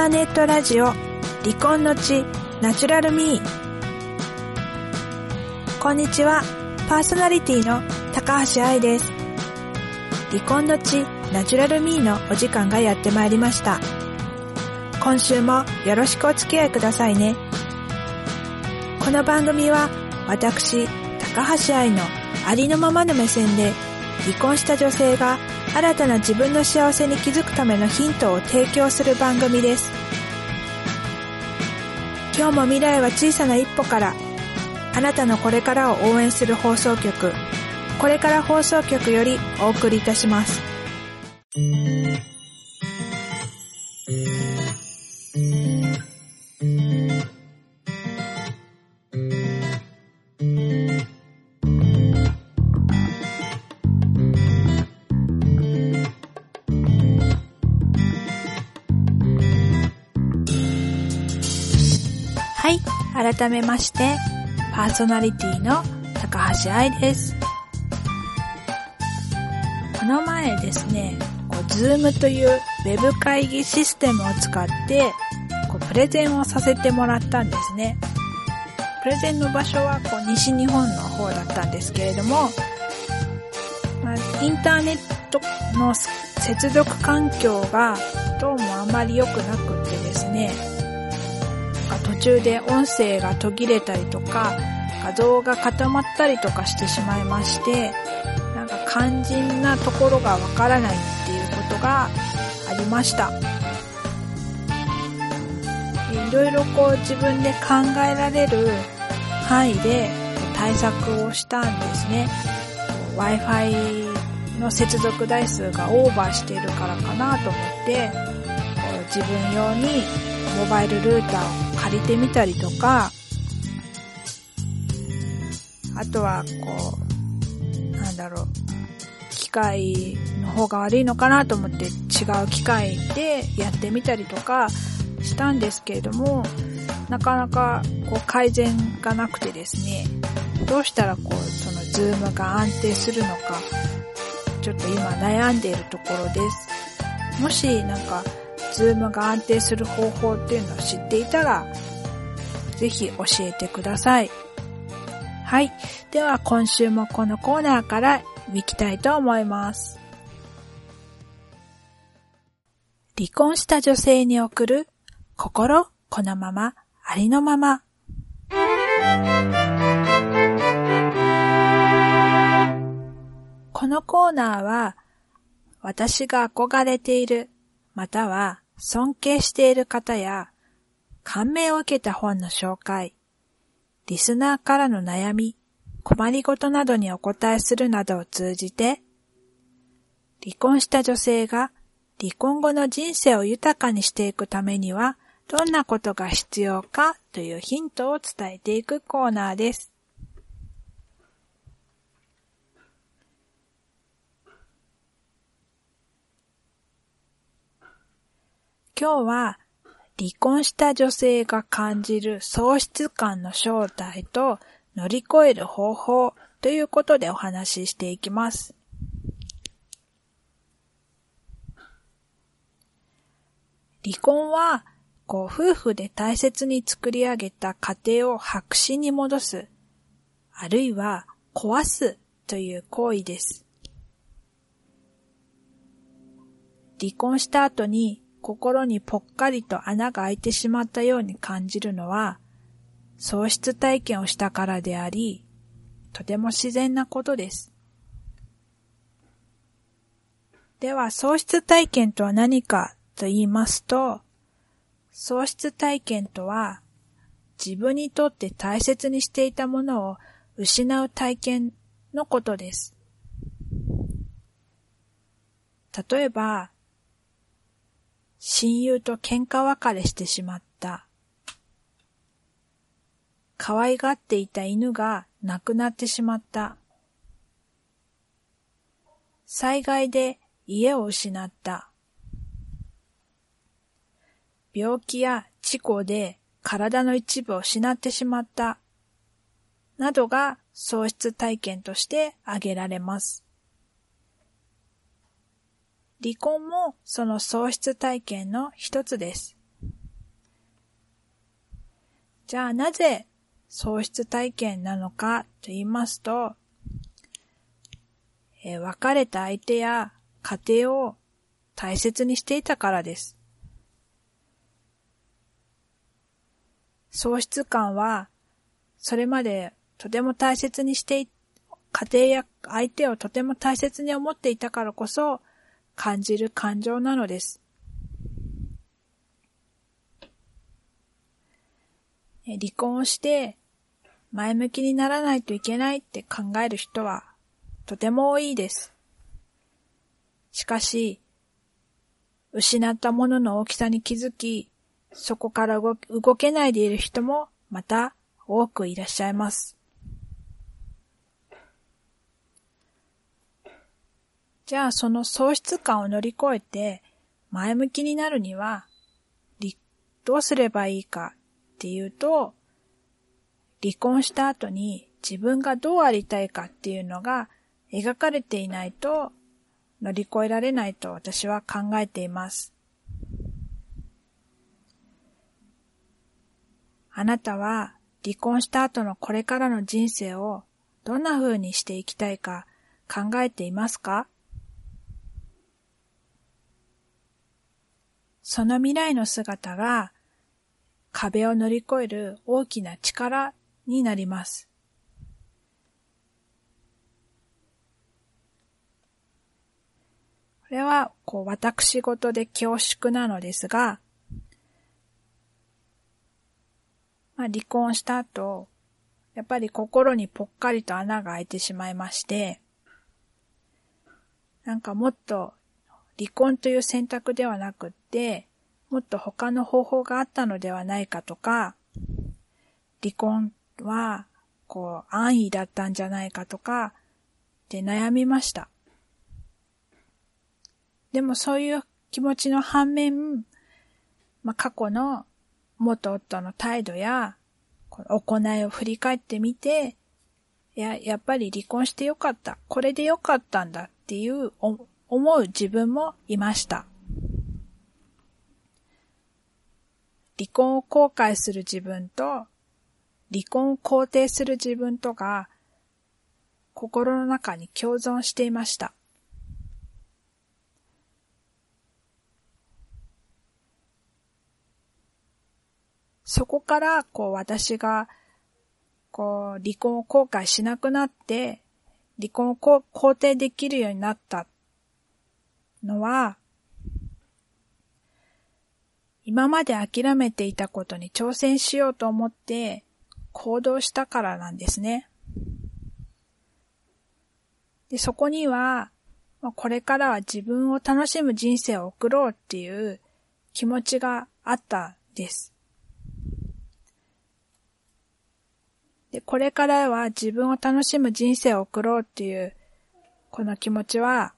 ターネットラジオ離婚の地ナチュラルミー。こんにちは、パーソナリティの高橋愛です。離婚の地ナチュラルミーのお時間がやってまいりました。今週もよろしくお付き合いくださいね。この番組は私高橋愛のありのままの目線で離婚した女性が新たな自分の幸せに気づくためのヒントを提供する番組です。今日も未来は小さな一歩から、あなたのこれからを応援する放送局、これから放送局よりお送りいたします。はい、改めましてパーソナリティの高橋愛です。この前ですね、Zoom というウェブ会議システムを使ってプレゼンをさせてもらったんですね。プレゼンの場所は西日本の方だったんですけれども、インターネットの接続環境がどうもあまり良くなくってですね、途中で音声が途切れたりとか画像が固まったりとかしてしまいまして、肝心なところがわからないっていうことがありました。いろいろ自分で考えられる範囲で対策をしたんですね。Wi-Fi の接続台数がオーバーしているからかなと思って自分用にモバイルルーターを借りてみたりとか、あとは機械の方が悪いのかなと思って違う機械でやってみたりとかしたんですけれども、なかなか改善がなくてですね、どうしたらそのズームが安定するのかちょっと今悩んでいるところです。もしズームが安定する方法っていうのを知っていたらぜひ教えてください。はい、では今週もこのコーナーから行きたいと思います。離婚した女性に送る心このままありのまま。このコーナーは私が憧れているまたは尊敬している方や感銘を受けた本の紹介、リスナーからの悩み、困りごとなどにお答えするなどを通じて、離婚した女性が離婚後の人生を豊かにしていくためにはどんなことが必要かというヒントを伝えていくコーナーです。今日は離婚した女性が感じる喪失感の正体と乗り越える方法ということでお話ししていきます。離婚は夫婦で大切に作り上げた家庭を白紙に戻す、あるいは壊すという行為です。離婚した後に心にぽっかりと穴が開いてしまったように感じるのは喪失体験をしたからであり、とても自然なことです。では喪失体験とは何かと言いますと、喪失体験とは自分にとって大切にしていたものを失う体験のことです。例えば、親友と喧嘩別れしてしまった。可愛がっていた犬が亡くなってしまった。災害で家を失った。病気や事故で体の一部を失ってしまった。などが喪失体験として挙げられます。離婚もその喪失体験の一つです。 じゃあなぜ喪失体験なのかと言いますと、別れた相手や家庭を大切にしていたからです。喪失感は、それまでとても大切にして家庭や相手をとても大切に思っていたからこそ感じる感情なのです。離婚をして前向きにならないといけないって考える人はとても多いです。しかし、失ったものの大きさに気づき、そこから動けないでいる人もまた多くいらっしゃいます。じゃあその喪失感を乗り越えて前向きになるにはどうすればいいかっていうと、離婚した後に自分がどうありたいかっていうのが描かれていないと乗り越えられないと私は考えています。あなたは離婚した後のこれからの人生をどんな風にしていきたいか考えていますか？その未来の姿が壁を乗り越える大きな力になります。これは私事で恐縮なのですが、離婚した後、やっぱり心にぽっかりと穴が開いてしまいまして、もっと離婚という選択ではなくって、もっと他の方法があったのではないかとか、離婚は安易だったんじゃないかとかって悩みました。でもそういう気持ちの反面、過去の元夫の態度や行いを振り返ってみて、やっぱり離婚してよかった。これでよかったんだっていう思う自分もいました。離婚を後悔する自分と、離婚を肯定する自分とが、心の中に共存していました。そこから私が離婚を後悔しなくなって離婚を肯定できるようになったのは、今まで諦めていたことに挑戦しようと思って行動したからなんですね。で、そこにはこれからは自分を楽しむ人生を送ろうっていう気持ちがあったんです。で、これからは自分を楽しむ人生を送ろうっていうこの気持ちは、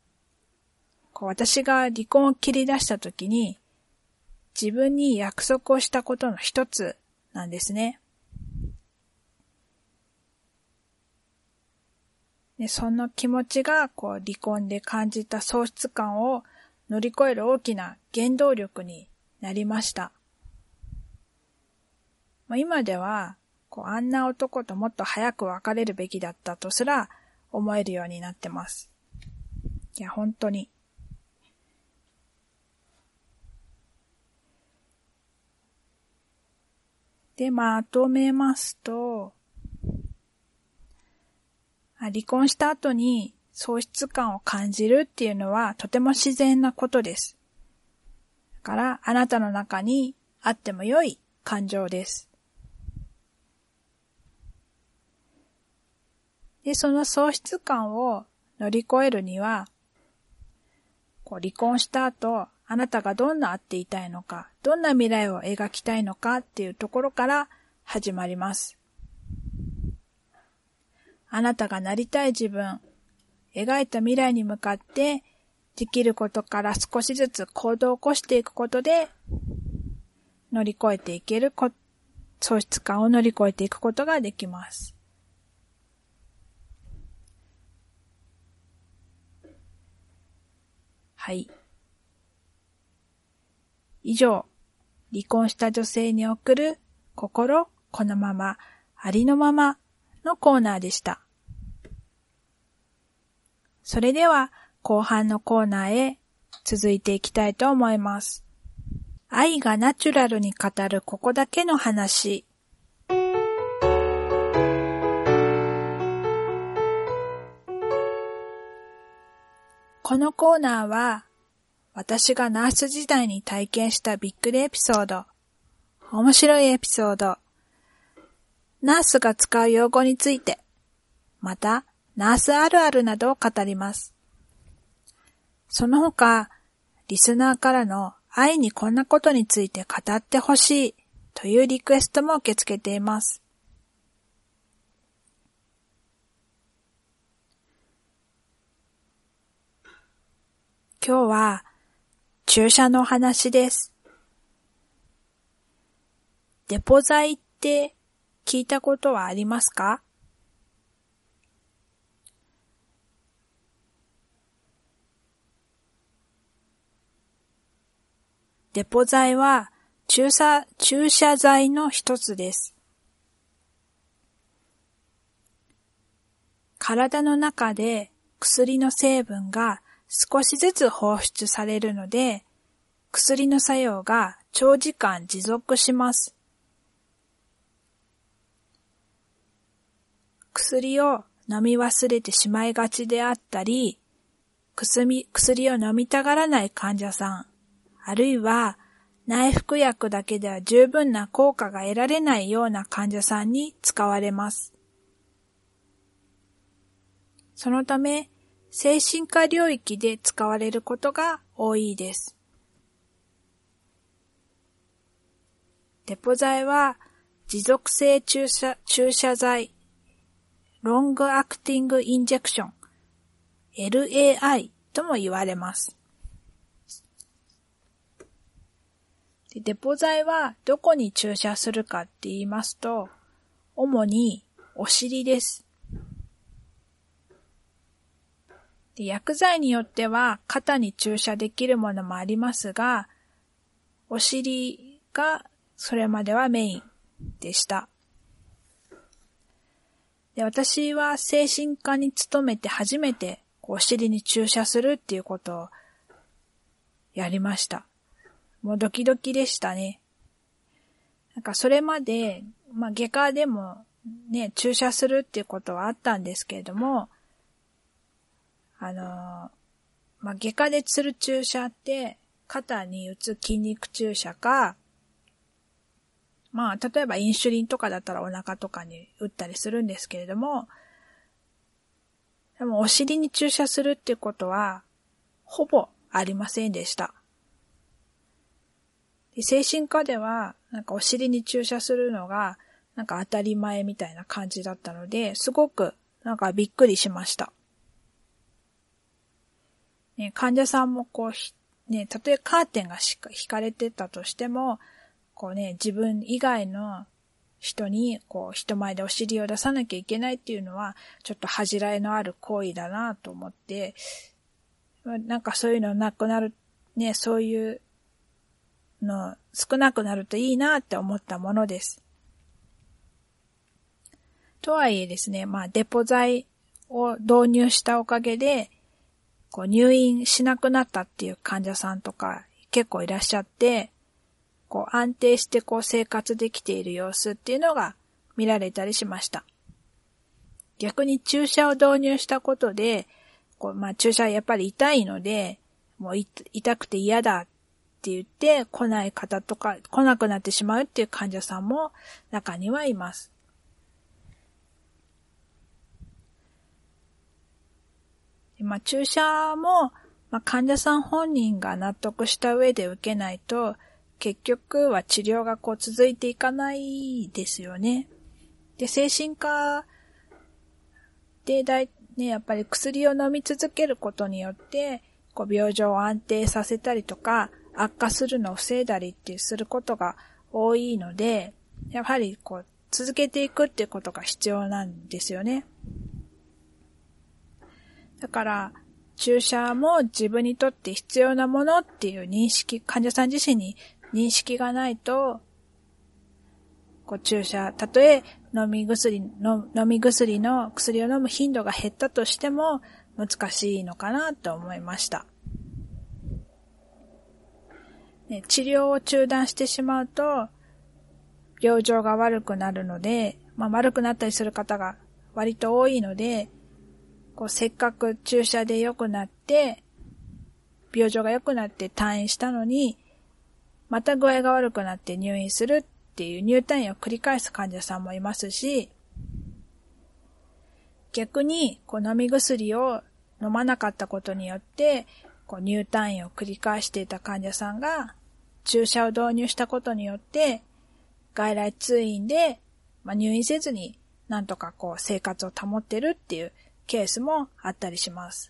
私が離婚を切り出したときに自分に約束をしたことの一つなんですね。で、その気持ちが離婚で感じた喪失感を乗り越える大きな原動力になりました。今ではあんな男ともっと早く別れるべきだったとすら思えるようになってます。いや、本当に。で、まとめますと、離婚した後に喪失感を感じるっていうのはとても自然なことです。だからあなたの中にあっても良い感情です。で、その喪失感を乗り越えるには、離婚した後、あなたがどんなあっていたいのか、どんな未来を描きたいのかっていうところから始まります。あなたがなりたい自分、描いた未来に向かってできることから少しずつ行動を起こしていくことで乗り越えていける喪失感を乗り越えていくことができます。はい。以上、離婚した女性に送る心このままありのままのコーナーでした。それでは後半のコーナーへ続いていきたいと思います。愛がナチュラルに語るここだけの話。このコーナーは私がナース時代に体験したびっくりエピソード、面白いエピソード、ナースが使う用語について、またナースあるあるなどを語ります。その他、リスナーからの愛にこんなことについて語ってほしいというリクエストも受け付けています。今日は注射の話です。デポ剤って聞いたことはありますか？デポ剤は注射剤の一つです。体の中で薬の成分が少しずつ放出されるので、薬の作用が長時間持続します。薬を飲み忘れてしまいがちであったり、薬を飲みたがらない患者さん、あるいは内服薬だけでは十分な効果が得られないような患者さんに使われます。そのため、精神科領域で使われることが多いです。デポ剤は持続性注射剤、ロングアクティングインジェクション、LAI とも言われます。デポ剤はどこに注射するかって言いますと、主にお尻です。で、薬剤によっては肩に注射できるものもありますが、お尻がそれまではメインでした。で、私は精神科に勤めて初めてお尻に注射するっていうことをやりました。もうドキドキでしたね。なんかそれまで、外科でもね、注射するっていうことはあったんですけれども、外科でする注射って肩に打つ筋肉注射か、例えばインシュリンとかだったらお腹とかに打ったりするんですけれども、でもお尻に注射するっていうことはほぼありませんでした。で、精神科ではなんかお尻に注射するのがなんか当たり前みたいな感じだったので、すごくなんかびっくりしました。ね、患者さんもたとえカーテンが引かれてたとしても、自分以外の人に人前でお尻を出さなきゃいけないっていうのはちょっと恥じらいのある行為だなと思って、なんかそういうのなくなるね、そういうの少なくなるといいなって思ったものです。とはいえですね、デポ剤を導入したおかげで入院しなくなったっていう患者さんとか結構いらっしゃって、安定して生活できている様子っていうのが見られたりしました。逆に注射を導入したことで、注射はやっぱり痛いので、もう痛くて嫌だって言って来ない方とか来なくなってしまうっていう患者さんも中にはいます。注射も、患者さん本人が納得した上で受けないと、結局は治療が続いていかないですよね。で、精神科でやっぱり薬を飲み続けることによって、病状を安定させたりとか、悪化するのを防いだりってすることが多いので、やはり続けていくっていうことが必要なんですよね。だから、注射も自分にとって必要なものっていう認識、患者さん自身に認識がないと、 注射、たとえ飲み薬の薬を飲む頻度が減ったとしても難しいのかなと思いました。治療を中断してしまうと病状が悪くなるので、悪くなったりする方が割と多いので、せっかく注射で良くなって、病状が良くなって退院したのに、また具合が悪くなって入院するっていう入退院を繰り返す患者さんもいますし、逆に飲み薬を飲まなかったことによって入退院を繰り返していた患者さんが注射を導入したことによって外来通院で入院せずになんとか生活を保ってるっていうケースもあったりします。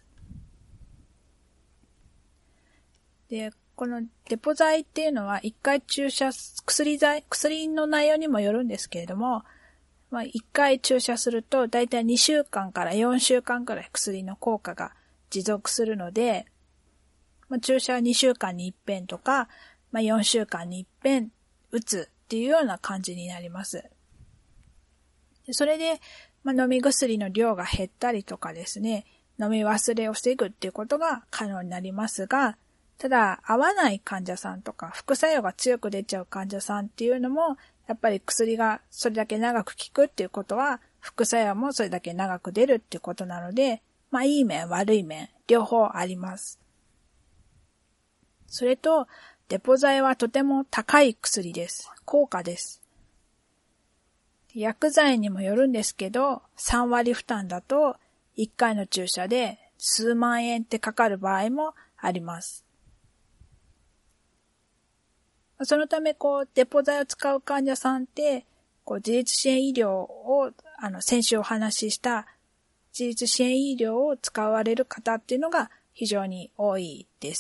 で、このデポ剤っていうのは一回注射、薬の内容にもよるんですけれども、一回注射するとだいたい2週間から4週間くらい薬の効果が持続するので、注射は2週間に一遍とか、4週間に一遍打つっていうような感じになります。それで、飲み薬の量が減ったりとかですね、飲み忘れを防ぐっていうことが可能になりますが、ただ合わない患者さんとか副作用が強く出ちゃう患者さんっていうのもやっぱり薬がそれだけ長く効くっていうことは副作用もそれだけ長く出るっていうことなので、いい面悪い面両方あります。それとデポ剤はとても高い薬です。高価です。薬剤にもよるんですけど、3割負担だと1回の注射で数万円ってかかる場合もあります。そのためデポ剤を使う患者さんって自立支援医療を先週お話しした自立支援医療を使われる方っていうのが非常に多いです。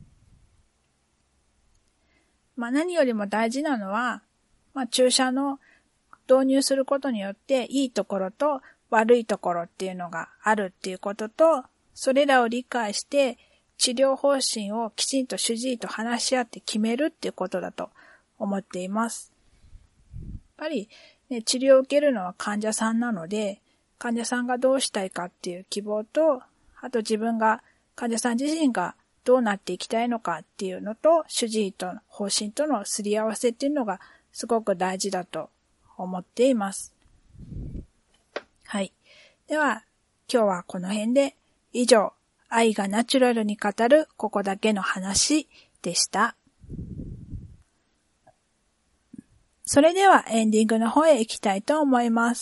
何よりも大事なのは、注射の導入することによっていいところと悪いところっていうのがあるっていうことと、それらを理解して治療方針をきちんと主治医と話し合って決めるっていうことだと思っています。やっぱり、治療を受けるのは患者さんなので、患者さんがどうしたいかっていう希望と、あと患者さん自身がどうなっていきたいのかっていうのと、主治医との方針とのすり合わせっていうのがすごく大事だと思っています。はい。では、今日はこの辺で以上、愛がナチュラルに語るここだけの話でした。それではエンディングの方へ行きたいと思います。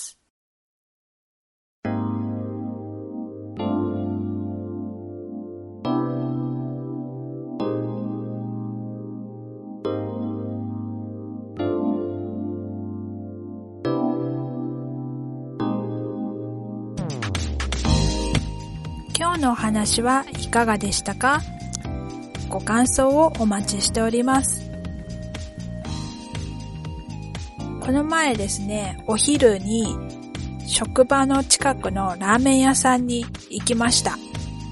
今日のお話はいかがでしたか？ご感想をお待ちしております。この前ですね、お昼に職場の近くのラーメン屋さんに行きました。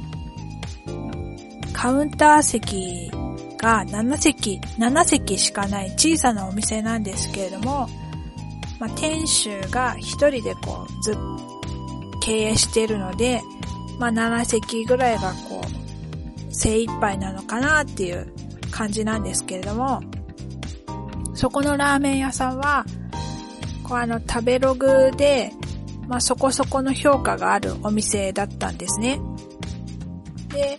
カウンター席が7席しかない小さなお店なんですけれども、店主が一人で経営しているので、7席ぐらいが精一杯なのかなっていう感じなんですけれども、そこのラーメン屋さんは食べログでそこそこの評価があるお店だったんですね。で、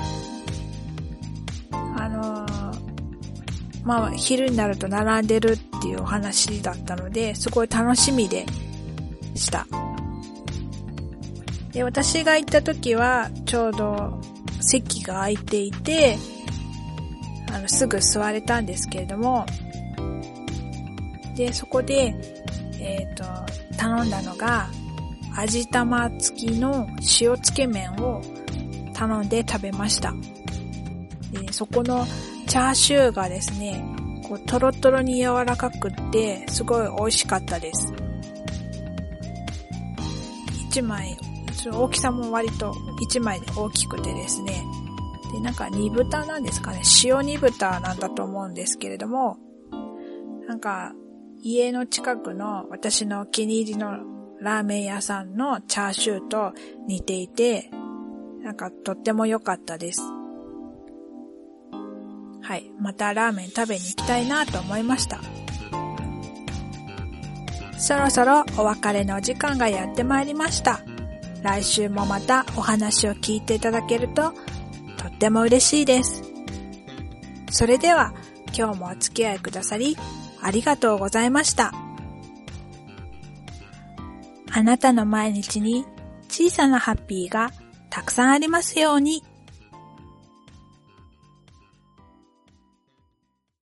昼になると並んでるっていうお話だったので、すごい楽しみでした。で、私が行った時はちょうど席が空いていて、すぐ座れたんですけれども、で、そこで頼んだのが味玉付きの塩つけ麺を頼んで食べました。で、そこのチャーシューがですね、トロトロに柔らかくってすごい美味しかったです。1枚大きさも割と1枚で大きくてですね、で煮豚なんですかね、塩煮豚なんだと思うんですけれども、 家の近くの私のお気に入りのラーメン屋さんのチャーシューと似ていて、なんかとっても良かったです。はい、またラーメン食べに行きたいなと思いました。そろそろお別れの時間がやってまいりました。来週もまたお話を聞いていただけるととっても嬉しいです。それでは今日もお付き合いくださりありがとうございました。あなたの毎日に小さなハッピーがたくさんありますように。